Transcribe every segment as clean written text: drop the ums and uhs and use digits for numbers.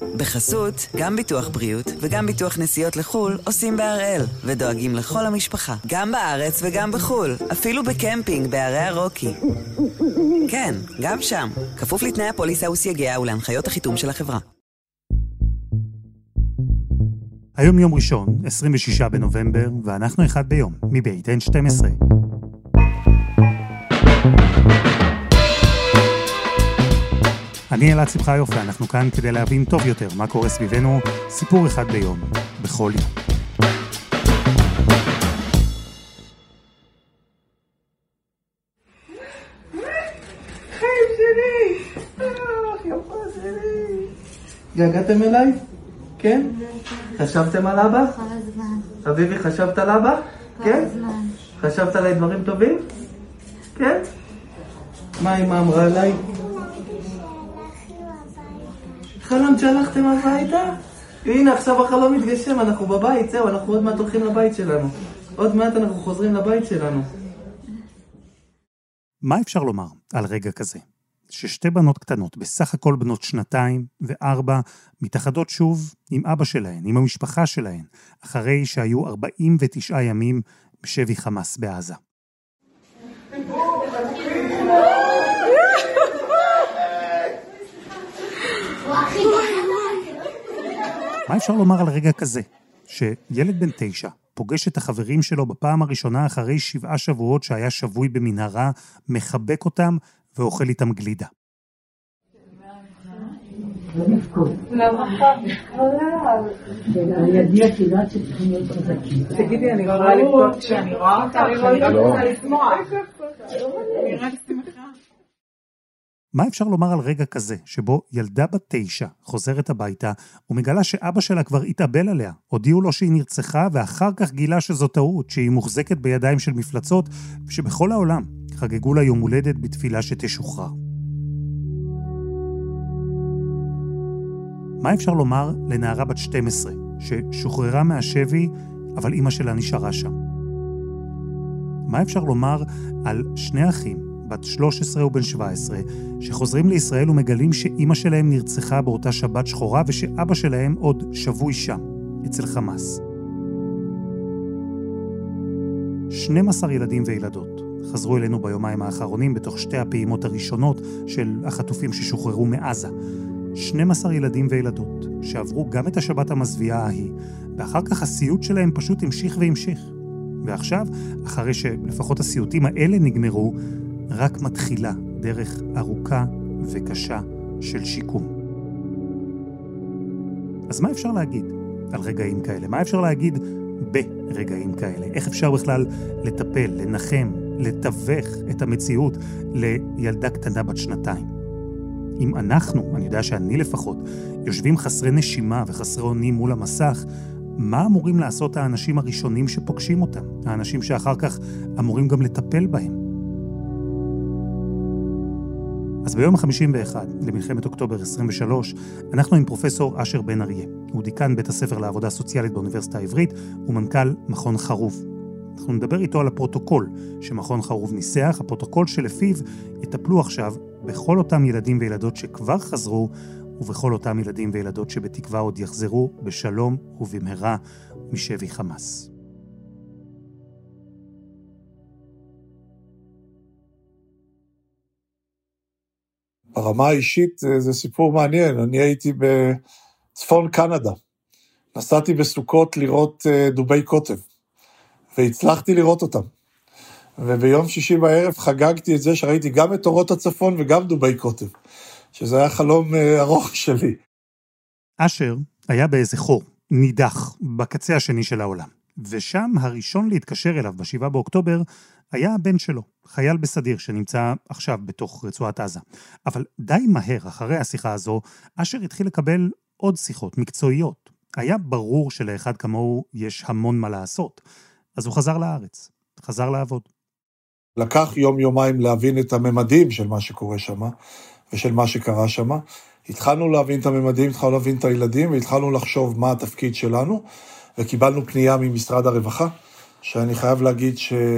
בחסות, גם ביטוח בריאות וגם ביטוח נסיעות לחול עושים בהראל, ודואגים לכל המשפחה, גם בארץ וגם בחול, אפילו בקמפינג בערי הרוקי. כן, גם שם, כפוף לתנאי הפוליסה וסייגיה ולהנחיות החיתום של החברה. היום יום ראשון, 26 בנובמבר, ואנחנו אחד ביום, מבית N12. אני אלעד שמחיוף, ואנחנו כאן כדי להבין טוב יותר מה קורה סביבנו, סיפור אחד ביום, בכל יום. חיים שלי! יפה שלי! געגעתם אליי? כן? חשבתם על אבא? כל הזמן. חביבי, חשבת על אבא? כן? כל הזמן. חשבת עליי דברים טובים? כן? מה אמא אמרה עליי? חלום שהלכתם הביתה? הנה, עכשיו החלום מתגשם, אנחנו בבית, זהו, אנחנו עוד מעט הולכים לבית שלנו. עוד מעט אנחנו חוזרים לבית שלנו. מה אפשר לומר על רגע כזה? ששתי בנות קטנות, בסך הכל בנות 2 ו4, מתאחדות שוב עם אבא שלהן, עם המשפחה שלהן, אחרי שהיו 49 ימים בשבי חמאס בעזה. מה אפשר לומר על רגע כזה? שילד בן 9 פוגש את החברים שלו בפעם הראשונה אחרי 7 שבועות שהיה שבוי במנהרה, מחבק אותם ואוכל איתם גלידה. תגידי, אני יכולה לבדוק כשאני רואה אותה, אני רק רוצה לשמוע. אני רק שמחה. מה אפשר לומר על רגע כזה, שבו ילדה בת 9 חוזרת הביתה, ומגלה שאבא שלה כבר התאבל עליה, הודיעו לו שהיא נרצחה, ואחר כך גילה שזו טעות, שהיא מוחזקת בידיים של מפלצות, ושבכל העולם חגגו לה יום הולדת בתפילה שתשוחרר. מה אפשר לומר לנערה בת 12, ששוחררה מהשבי, אבל אמא שלה נשארה שם? מה אפשר לומר על שני אחים, בת 13 ובן 17, שחוזרים לישראל ומגלים שאמא שלהם נרצחה באותה שבת שחורה, ושאבא שלהם עוד שבוי שם, אצל חמאס? 12 ילדים וילדות חזרו אלינו ביומיים האחרונים בתוך 2 הפעימות הראשונות של החטופים ששוחררו מעזה. 12 ילדים וילדות שעברו גם את השבת המזוויעה ההיא, ואחר כך הסיוט שלהם פשוט המשיך והמשיך. ועכשיו, אחרי שלפחות הסיוטים האלה נגמרו, רק מתחילה דרך ארוכה וקשה של שיקום. אז מה אפשר להגיד על רגעים כאלה? מה אפשר להגיד ברגעים כאלה? איך אפשר בכלל לטפל, לנחם, לתווך את המציאות לילדה קטנה בת 2? אם אנחנו, אני יודע שאני לפחות, יושבים חסרי נשימה וחסרי אונים מול המסך, מה אמורים לעשות האנשים הראשונים שפוגשים אותם? האנשים שאחר כך אמורים גם לטפל בהם? אז ביום ה-51 למלחמת אוקטובר 23, אנחנו עם פרופסור אשר בן אריה. הוא דיקן בית הספר לעבודה סוציאלית באוניברסיטה העברית, ומנכ"ל מכון חרוב. אנחנו נדבר איתו על הפרוטוקול שמכון חרוב ניסח, הפרוטוקול שלפיו יטפלו עכשיו בכל אותם ילדים וילדות שכבר חזרו, ובכל אותם ילדים וילדות שבתקווה עוד יחזרו בשלום ובמהרה משבי חמאס. ברמה האישית זה סיפור מעניין. אני הייתי בצפון קנדה. נסעתי בסוכות לראות דובי קוטב, והצלחתי לראות אותם. וביום שישי בערב חגגתי את זה שראיתי גם את אורות הצפון וגם דובי קוטב, שזה היה חלום ארוך שלי. אשר היה באיזה חור, נידח, בקצה השני של העולם. ושם הראשון להתקשר אליו ב7 באוקטובר היה הבן שלו, חייל בסדיר שנמצא עכשיו בתוך רצועת עזה. אבל די מהר אחרי השיחה הזו, אשר התחיל לקבל עוד שיחות מקצועיות. היה ברור שלאחד כמוהו יש המון מה לעשות. אז הוא חזר לארץ, חזר לעבוד. לקח יום-יומיים להבין את הממדים של מה שקורה שם, ושל מה שקרה שם. התחלנו להבין את הממדים, התחלנו להבין את הילדים, והתחלנו לחשוב מה התפקיד שלנו, וקיבלנו פנייה ממשרד הרווחה, שאני חייב להגיד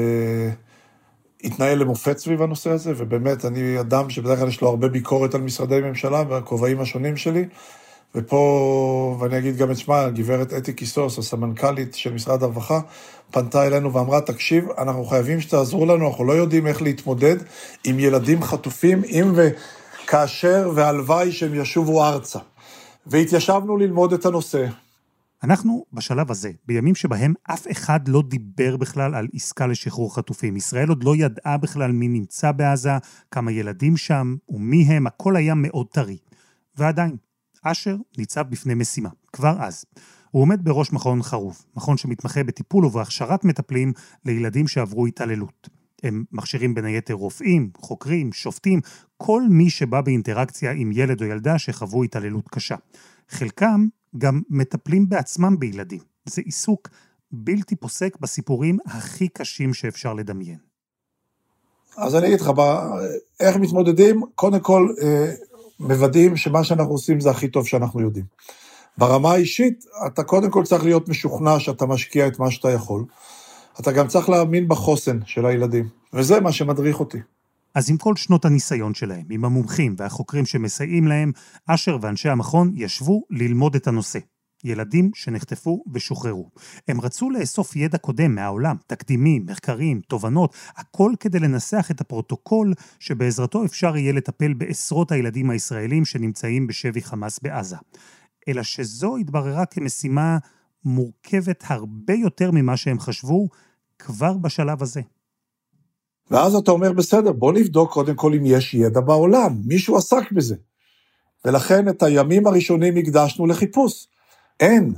שהתנהל למופת סביב הנושא הזה, ובאמת אני אדם שבדרך כלל יש לו הרבה ביקורת על משרדי ממשלה, והכובעים השונים שלי, ופה, ואני אגיד גם את שמה, גברת אתי קיסוס, הסמנכ"לית של משרד הרווחה, פנתה אלינו ואמרה, תקשיב, אנחנו חייבים שתעזרו לנו, אנחנו לא יודעים איך להתמודד עם ילדים חטופים, אם וכאשר והלוואי שהם ישובו ארצה. והתיישבנו ללמוד את הנושא. אנחנו בשלב הזה, בימים שבהם אף אחד לא דיבר בכלל על עסקה לשחרור חטופים. ישראל עוד לא ידעה בכלל מי נמצא בעזה, כמה ילדים שם ומי הם, הכל היה מאוד טרי. ועדיין, אשר ניצב בפני משימה, כבר אז. הוא עומד בראש מכון חרוב, מכון שמתמחה בטיפול ובהכשרת מטפלים לילדים שעברו התעללות. הם מכשירים בין היתר רופאים, חוקרים, שופטים, כל מי שבא באינטראקציה עם ילד או ילדה שחוו התעללות קשה. חלקם גם מטפלים בעצמם בילדים. זה עיסוק בלתי פוסק בסיפורים הכי קשים שאפשר לדמיין. אז אני אגיד לך, איך מתמודדים? קודם כל, מוודאים שמה שאנחנו עושים זה הכי טוב שאנחנו יודעים. ברמה האישית, אתה קודם כל צריך להיות משוכנע שאתה משקיע את מה שאתה יכול. אתה גם צריך להאמין בחוסן של הילדים, וזה מה שמדריך אותי. אז עם כל שנות הניסיון שלהם, עם המומחים והחוקרים שמסייעים להם, אשר ואנשי המכון ישבו ללמוד את הנושא. ילדים שנחטפו ושוחררו. הם רצו לאסוף ידע קודם מהעולם, תקדימים, מחקרים, תובנות, הכל כדי לנסח את הפרוטוקול שבעזרתו אפשר יהיה לטפל בעשרות הילדים הישראלים שנמצאים בשבי חמאס בעזה. אלא שזו התבררה כמשימה מורכבת הרבה יותר ממה שהם חשבו כבר בשלב הזה. ואז אתה אומר, בסדר, בוא נבדוק קודם כל אם יש ידע בעולם, מישהו עסק בזה. ולכן את הימים הראשונים הקדשנו לחיפוש. אין,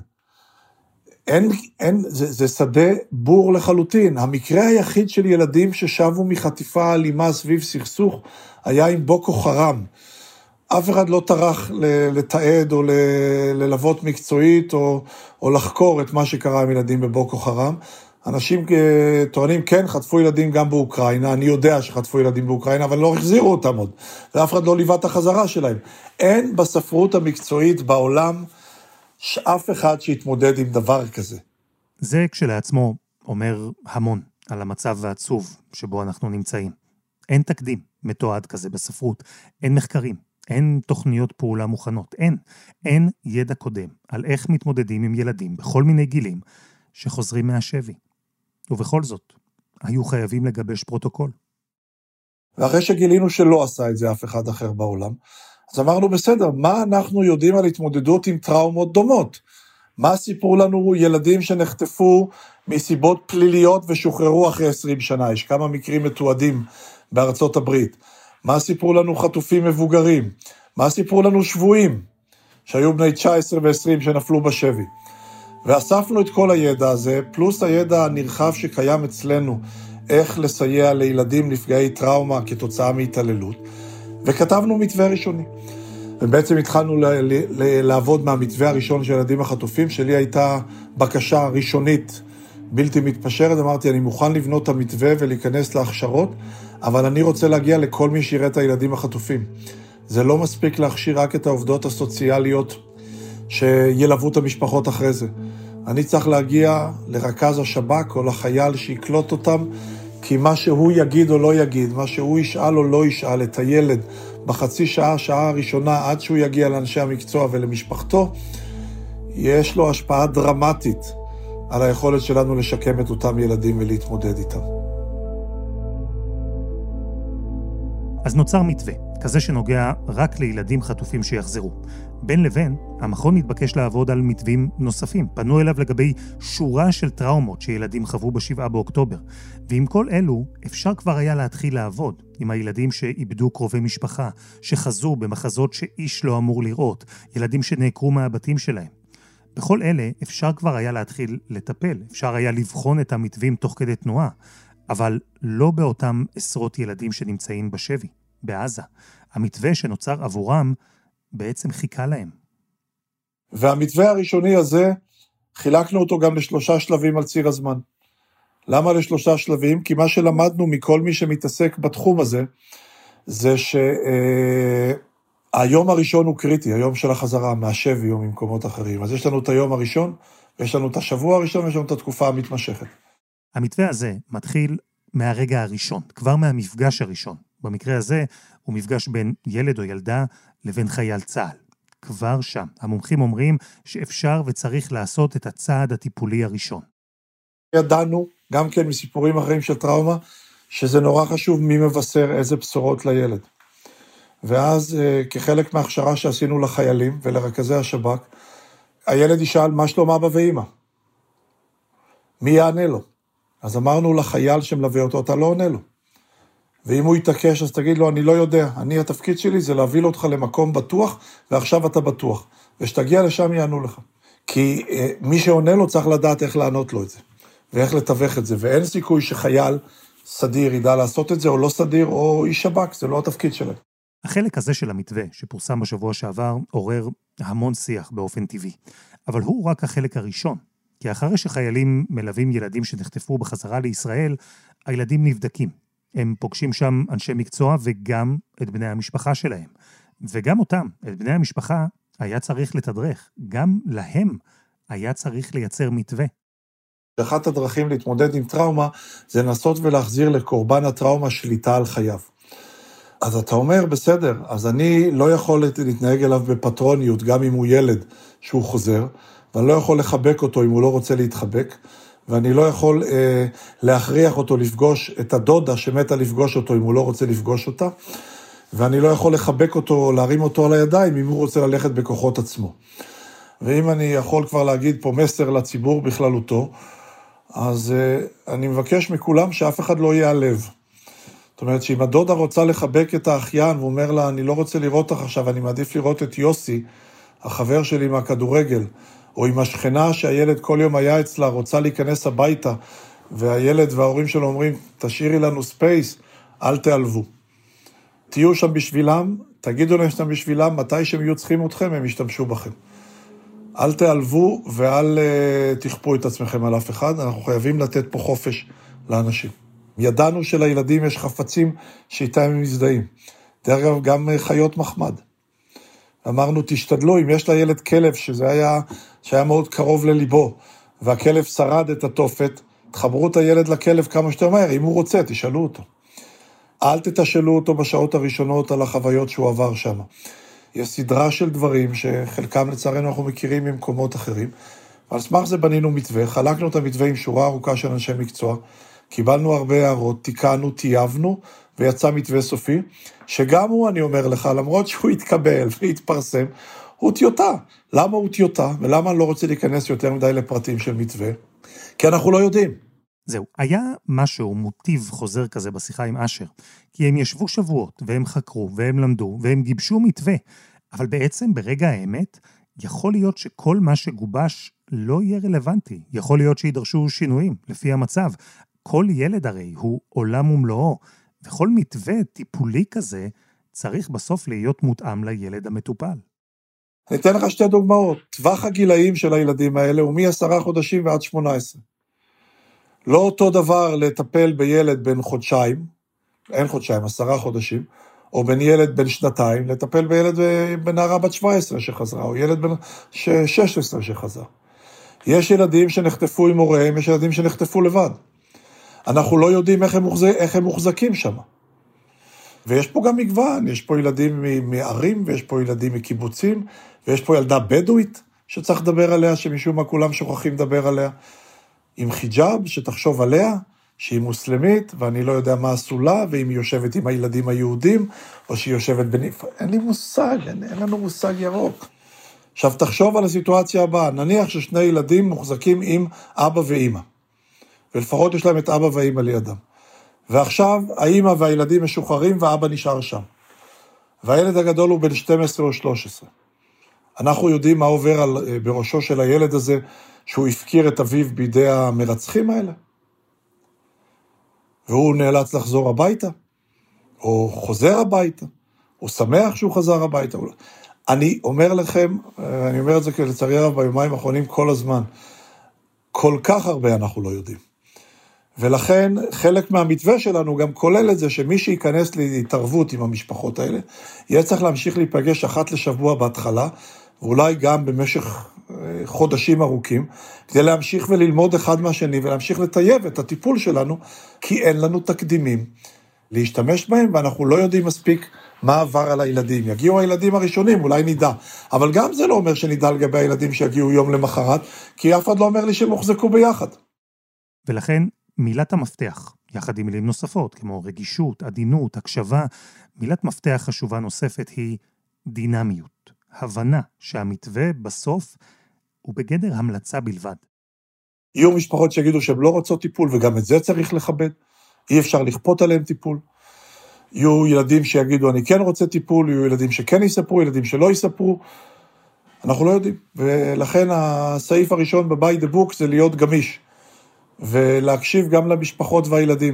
זה שדה בור לחלוטין. המקרה היחיד של ילדים ששבו מחטיפה אלימה סביב סכסוך היה עם בוקו חרם. אף אחד לא טרח לתעד או ללוות מקצועית או לחקור את מה שקרה עם ילדים בבוקו חרם. אנשים טוענים, כן, חטפו ילדים גם באוקראינה, אני יודע שחטפו ילדים באוקראינה, אבל לא החזירו אותם עוד, ואף אחד לא ליווה את החזרה שלהם. אין בספרות המקצועית בעולם שאף אחד שיתמודד עם דבר כזה. זה כשלעצמו אומר המון על המצב העצוב שבו אנחנו נמצאים. אין תקדים מתועד כזה בספרות, אין מחקרים, אין תוכניות פעולה מוכנות, אין ידע קודם על איך מתמודדים עם ילדים בכל מיני גילים שחוזרים מהשבי. ובכל זאת, היו חייבים לגבש פרוטוקול. ואחרי שגילינו שלא עשה את זה אף אחד אחר בעולם, אז אמרנו, בסדר, מה אנחנו יודעים על התמודדות עם טראומות דומות? מה סיפרו לנו ילדים שנחטפו מסיבות פליליות ושוחררו אחרי 20 שנה? יש כמה מקרים מתועדים בארצות הברית. מה סיפרו לנו חטופים מבוגרים? מה סיפרו לנו שבויים שהיו בני 19 ו-20 שנפלו בשבי? ואספנו את כל הידע הזה, פלוס הידע הנרחב שקיים אצלנו, איך לסייע לילדים נפגעי טראומה כתוצאה מהתעללות, וכתבנו מתווה ראשוני. ובעצם התחלנו לעבוד מהמתווה הראשון של ילדים החטופים, שלי הייתה בקשה ראשונית בלתי מתפשרת, אמרתי, אני מוכן לבנות את המתווה ולהיכנס להכשרות, אבל אני רוצה להגיע לכל מי שיראה את הילדים החטופים. זה לא מספיק להכשיר רק את העובדות הסוציאליות שילוו את המשפחות אחרי זה. אני צריך להגיע לרכז השב"כ או לחייל שיקלוט אותם, כי מה שהוא יגיד או לא יגיד, מה שהוא ישאל או לא ישאל את הילד בחצי שעה הראשונה, עד שהוא יגיע לאנשי המקצוע ולמשפחתו, יש לו השפעה דרמטית על היכולת שלנו לשקם את אותם ילדים ולהתמודד איתם. אז נוצר מתווה, כזה שנוגע רק לילדים חטופים שיחזרו. בין לבין, המכון התבקש לעבוד על מתווים נוספים. פנו אליו לגבי שורה של טראומות שילדים חוו ב7 באוקטובר. ועם כל אלו, אפשר כבר היה להתחיל לעבוד עם הילדים שאיבדו קרובי משפחה, שחזו במחזות שאיש לא אמור לראות, ילדים שנעקרו מהבתים שלהם. בכל אלה אפשר כבר היה להתחיל לטפל, אפשר היה לבחון את המתווים תוך כדי תנועה, אבל לא באותם עשרות ילדים שנמצאים בשבי, בעזה. המתווה שנוצר עבורם בעצם חיכה להם. והמתווה הראשוני הזה, חילקנו אותו גם לשלושה שלבים על ציר הזמן. למה לשלושה שלבים? כי מה שלמדנו מכל מי שמתעסק בתחום הזה, זה שהיום הראשון הוא קריטי, היום של החזרה מהשבי או ממקומות אחרים. אז יש לנו את היום הראשון, ויש לנו את השבוע הראשון, ויש לנו את התקופה המתמשכת. המתווה הזה מתחיל מהרגע הראשון, כבר מהמפגש הראשון. במקרה הזה הוא מפגש בין ילד או ילדה לבין חייל צה"ל. כבר שם. המומחים אומרים שאפשר וצריך לעשות את הצעד הטיפולי הראשון. ידענו, גם כן מסיפורים אחרים של טראומה, שזה נורא חשוב מי מבשר איזה בשורות לילד. ואז כחלק מההכשרה שעשינו לחיילים ולרכזי השב"כ, הילד ישאל מה שלום אבא ואמא. מי יענה לו? אז אמרנו לחייל שמלווה אותו, אתה לא עונה לו. ואם הוא יתעקש, אז תגיד לו, אני לא יודע. התפקיד שלי זה להביא אותך למקום בטוח, ועכשיו אתה בטוח. ושתגיע לשם יענו לך. כי מי שעונה לו צריך לדעת איך לענות לו את זה. ואיך לתווך את זה. ואין סיכוי שחייל סדיר ידע לעשות את זה, או לא סדיר, או איש שב"כ. זה לא התפקיד שלהם. החלק הזה של המתווה שפורסם בשבוע שעבר עורר המון שיח באופן טבעי. אבל הוא רק החלק הראשון. כי אחרי שחיילים מלווים ילדים שנחטפו בחזרה לישראל, הילדים נבדקים. הם פוגשים שם אנשי מקצוע וגם את בני המשפחה שלהם. וגם אותם, את בני המשפחה, היה צריך לתדרך. גם להם היה צריך לייצר מתווה. אחת הדרכים להתמודד עם טראומה זה לנסות ולהחזיר לקורבן הטראומה שליטה על חייו. אז אתה אומר, בסדר, אז אני לא יכול להתנהג אליו בפטרוניות, גם אם הוא ילד שהוא חוזר, ואני לא יכול לחבק אותו אם הוא לא רוצה להתחבק, ואני לא יכול להכריח אותו לפגוש את הדודה שמתה לפגוש אותו אם הוא לא רוצה לפגוש אותה, ואני לא יכול לחבק אותו, להרים אותו על הידיים אם הוא רוצה ללכת בכוחות עצמו. ואם אני יכול כבר להגיד פה מסר לציבור בכללותו, אז אני מבקש מכולם שאף אחד לא ייעלב. זאת אומרת שאם הדודה רוצה לחבק את האחיין ואומר לה, אני לא רוצה לראות אותך עכשיו, אני מעדיף לראות את יוסי, החבר שלי מהכדורגל, או עם השכנה שהילד כל יום היה אצלה, רוצה להיכנס הביתה, והילד וההורים שלו אומרים, תשאירי לנו ספייס, אל תעלבו. תהיו שם בשבילם, תגידו להם שאתם בשבילם, מתי שהם יהיו צריכים אתכם, הם ישתמשו בכם. אל תעלבו ואל תכפו את עצמכם על אף אחד, אנחנו חייבים לתת פה חופש לאנשים. ידענו שלילדים יש חפצים שאיתם הם מזדהים. דרך אגב, גם חיות מחמד. אמרנו, תשתדלו, אם יש לילד כלב שהיה מאוד קרוב לליבו, והכלב שרד את התופת, תחברו את הילד לכלב כמה שיותר מהר, אם הוא רוצה, תשאלו אותו. אל תתשאלו אותו בשעות הראשונות על החוויות שהוא עבר שם. יש סדרה של דברים שחלקם לצערנו אנחנו מכירים ממקומות אחרים, ועל סמך זה בנינו מתווה, חלקנו את המתווה עם שורה ארוכה של אנשי מקצוע, קיבלנו הרבה הערות, תיקנו, טייבנו, ויצא מתווה סופי, שגם הוא, אני אומר לך, למרות שהוא יתקבל ויתפרסם, הוא טיוטה. למה הוא טיוטה? ולמה אני לא רוצה להיכנס יותר מדי לפרטים של מתווה? כי אנחנו לא יודעים. זהו, היה משהו מוטיב חוזר כזה בשיחה עם אשר, כי הם ישבו שבועות, והם חקרו, והם למדו, והם גיבשו מתווה, אבל בעצם ברגע האמת, יכול להיות שכל מה שגובש לא יהיה רלוונטי, יכול להיות שידרשו שינויים לפי המצב. כל ילד הרי הוא עולם ומלואו, וכל מתווה טיפולי כזה צריך בסוף להיות מותאם לילד המטופל. אני אתן לך שתי דוגמאות. טווח הגילאים של הילדים האלה הוא מ10 חודשים ועד 18. לא אותו דבר לטפל בילד בן חודשיים, אין חודשיים, 10 חודשים, או בין ילד בן 2, לטפל בילד בנערה בת 17 שחזרה, או ילד בן 16 שחזר. יש ילדים שנחטפו עם הוריהם, יש ילדים שנחטפו לבד. אנחנו לא יודעים איך הם מוחזקים שם. ויש פה גם מגוון, יש פה ילדים מערים, ויש פה ילדים מקיבוצים, ויש פה ילדה בדואית שצריך לדבר עליה, שמשום מה כולם שוכחים לדבר עליה, עם חיג'אב שתחשוב עליה, שהיא מוסלמית, ואני לא יודע מה עשו לה, ואם היא יושבת עם הילדים היהודים, או שהיא יושבת אין לי מושג, אין לנו מושג ירוק. עכשיו תחשוב על הסיטואציה הבאה, נניח ששני ילדים מוחזקים עם אבא ואמא. ולפחות יש להם את אבא ואמא לידם. ועכשיו האמא והילדים משוחררים והאבא נשאר שם. והילד הגדול הוא בן 12 או 13. אנחנו יודעים מה עובר בראשו של הילד הזה, שהוא הפקיר את אביו בידי המרצחים האלה. והוא נאלץ לחזור הביתה, או חוזר הביתה, הוא שמח שהוא חזר הביתה. אני אומר לכם, אני אומר את זה לצערי הרב ביומיים האחרונים כל הזמן, כל כך הרבה אנחנו לא יודעים. ולכן חלק מהמתווה שלנו גם כולל את זה שמי שייכנס להתערבות עם המשפחות האלה, יהיה צריך להמשיך להיפגש אחת לשבוע בהתחלה, ואולי גם במשך חודשים ארוכים, כדי להמשיך וללמוד אחד מהשני, ולהמשיך לטייב את הטיפול שלנו, כי אין לנו תקדימים להשתמש בהם, ואנחנו לא יודעים מספיק מה עבר על הילדים. יגיעו הילדים הראשונים, אולי נדע. אבל גם זה לא אומר שנדע לגבי הילדים שיגיעו יום למחרת, כי אף אחד לא אומר לי שהם הוחזקו ביחד. ולכן מילת המפתח, יחד עם מילים נוספות, כמו רגישות, עדינות, הקשבה, מילת מפתח חשובה נוספת היא דינמיות. הבנה שהמתווה בסוף הוא בגדר המלצה בלבד. יהיו משפחות שיגידו שהן לא רוצות טיפול, וגם את זה צריך לכבד. אי אפשר לכפות עליהם טיפול. יהיו ילדים שיגידו, אני כן רוצה טיפול, יהיו ילדים שכן יספרו, ילדים שלא יספרו. אנחנו לא יודעים. ולכן הסעיף הראשון בבית דבוק זה להיות גמיש. ולהקשיב גם למשפחות והילדים.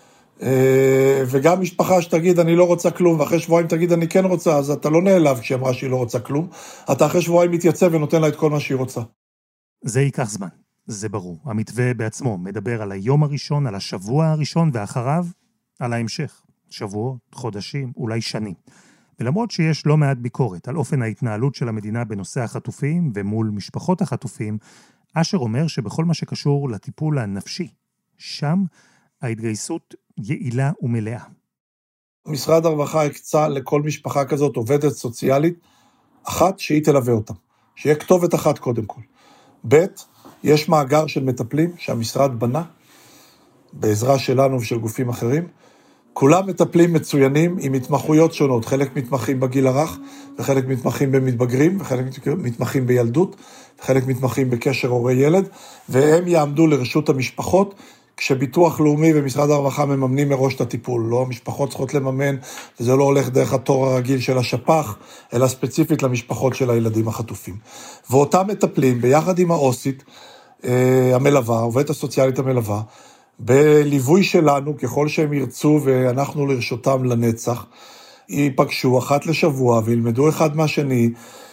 וגם משפחה שתגיד, אני לא רוצה כלום, ואחרי שבועיים תגיד, אני כן רוצה, אז אתה לא נעלב כשהיא אמרה שהיא לא רוצה כלום. אתה אחרי שבועיים מתייצב ונותן לה את כל מה שהיא רוצה. זה ייקח זמן, זה ברור. המתווה בעצמו מדבר על היום הראשון, על השבוע הראשון, ואחריו על ההמשך. שבועות, חודשים, אולי שנים. ולמרות שיש לא מעט ביקורת על אופן ההתנהלות של המדינה בנושא החטופים ומול משפחות החטופים, אשר אומר שבכל מה שקשור לטיפול הנפשי, שם ההתגייסות יעילה ומלאה. משרד הרווחה הקצה לכל משפחה כזאת עובדת סוציאלית, אחת שהיא תלווה אותם. שיהיה כתובת אחת קודם כל. ב', יש מאגר של מטפלים שהמשרד בנה, בעזרה שלנו ושל גופים אחרים. כולם מטפלים מצוינים עם התמחויות שונות. חלק מתמחים בגיל הרך, וחלק מתמחים במתבגרים, וחלק מתמחים בילדות, וחלק מתמחים בקשר הורי ילד, והם יעמדו לרשות המשפחות, כשביטוח לאומי ומשרד הרווחה מממנים מראש את הטיפול. לא, המשפחות צריכות לממן, וזה לא הולך דרך התור הרגיל של השפ"ח, אלא ספציפית למשפחות של הילדים החטופים. ואותם מטפלים ביחד עם האוסית המלווה, עובדת הסוציאלית המלווה, בליווי שלנו, ככל שהם ירצו ואנחנו לרשותם לנצח, ייפגשו אחת לשבוע וילמדו אחד מהשני,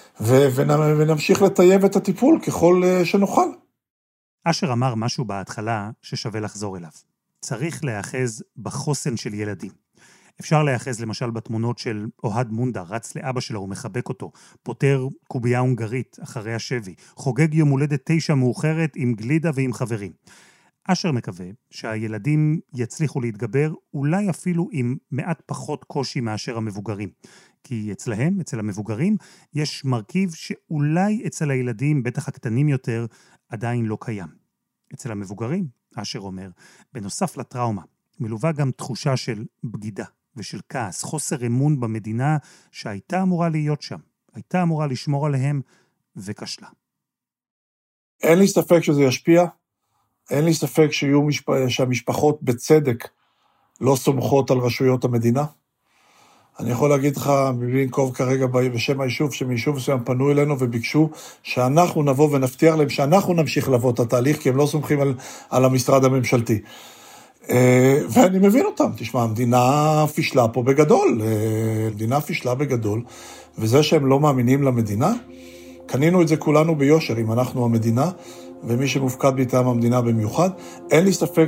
ונמשיך לטייב את הטיפול ככל שנוכל. אשר אמר משהו בהתחלה ששווה לחזור אליו. צריך להיאחז בחוסן של ילדים. אפשר להיאחז למשל בתמונות של אוהד מונדה, רץ לאבא שלו ומחבק אותו, פותר קובייה הונגרית אחרי השבי, חוגג יום הולדת 9 מאוחרת עם גלידה ועם חברים. אשר מקווה שהילדים יצליחו להתגבר אולי אפילו עם מעט פחות קושי מאשר המבוגרים. כי אצלהם, אצל המבוגרים, יש מרכיב שאולי אצל הילדים, בטח הקטנים יותר, עדיין לא קיים. אצל המבוגרים, אשר אומר, בנוסף לטראומה, מלווה גם תחושה של בגידה ושל כעס, חוסר אמון במדינה שהייתה אמורה להיות שם, הייתה אמורה לשמור עליהם וכשלה. אין לי ספק שזה ישפיע, אין לי ספק שהמשפחות בצדק לא סומכות על רשויות המדינה. אני יכול להגיד לך, מבלי לנקוב כרגע בשם היישוב, שמיישוב מסוים פנו אלינו וביקשו שאנחנו נבוא ונבטיח להם שאנחנו נמשיך לבוא את התהליך, כי הם לא סומכים על המשרד הממשלתי. ואני מבין אותם, תשמע, המדינה פישלה פה בגדול, וזה שהם לא מאמינים למדינה, קנינו את זה כולנו ביושר, אם אנחנו המדינה, ומי שמופקד ביתם המדינה במיוחד, אין לי ספק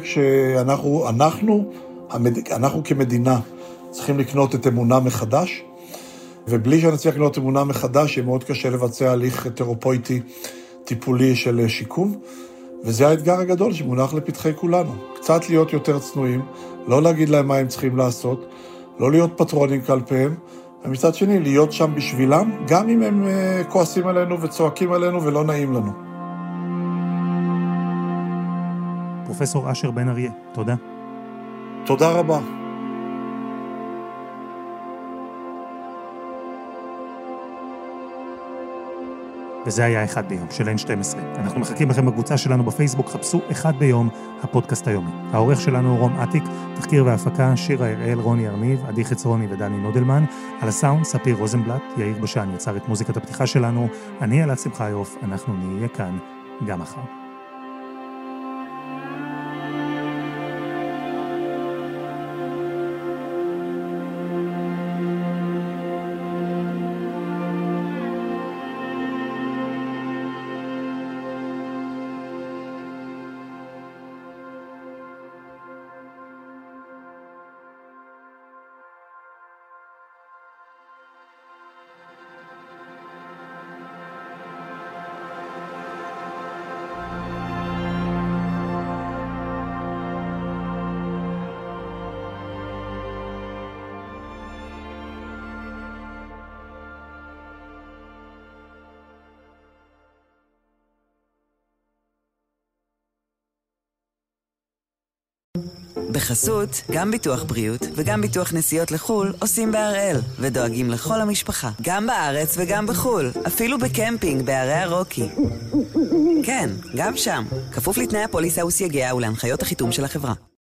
שאנחנו כמדינה צריכים לקנות את אמונה מחדש, ובלי שנצליח לקנות אמונה מחדש, יהיה מאוד קשה לבצע הליך תרפויטי טיפולי של שיקום, וזה האתגר הגדול שמונח לפתחי כולנו. קצת להיות יותר צנועים, לא להגיד להם מה הם צריכים לעשות, לא להיות פטרונים כלפיהם, ומצד שני להיות שם בשבילם, גם אם הם כועסים עלינו וצועקים עלינו ולא נעים לנו. פרופסור אשר בן אריה, תודה. תודה רבה. וזה היה אחד ביום של N12. אנחנו מחכים לכם בקבוצה שלנו בפייסבוק, חפשו אחד ביום, הפודקאסט היומי. העורך שלנו הוא רום עתיק, תחקיר והפקה, שירה הראל, רוני ארניב, עדי חצרוני ודני נודלמן, על הסאונד ספיר רוזנבלט, יאיר בשן יצר את מוזיקת הפתיחה שלנו, אני אלעד שמחיוף, אנחנו נהיה כאן גם מחר. בחסות, גם ביטוח בריאות וגם ביטוח נסיעות לחול עושים בהראל, ודואגים לכל המשפחה, גם בארץ וגם בחול, אפילו בקמפינג בערי הרוקי. כן, גם שם, כפוף לתנאי הפוליסה וסייגיה ולהנחיות החיתום של החברה.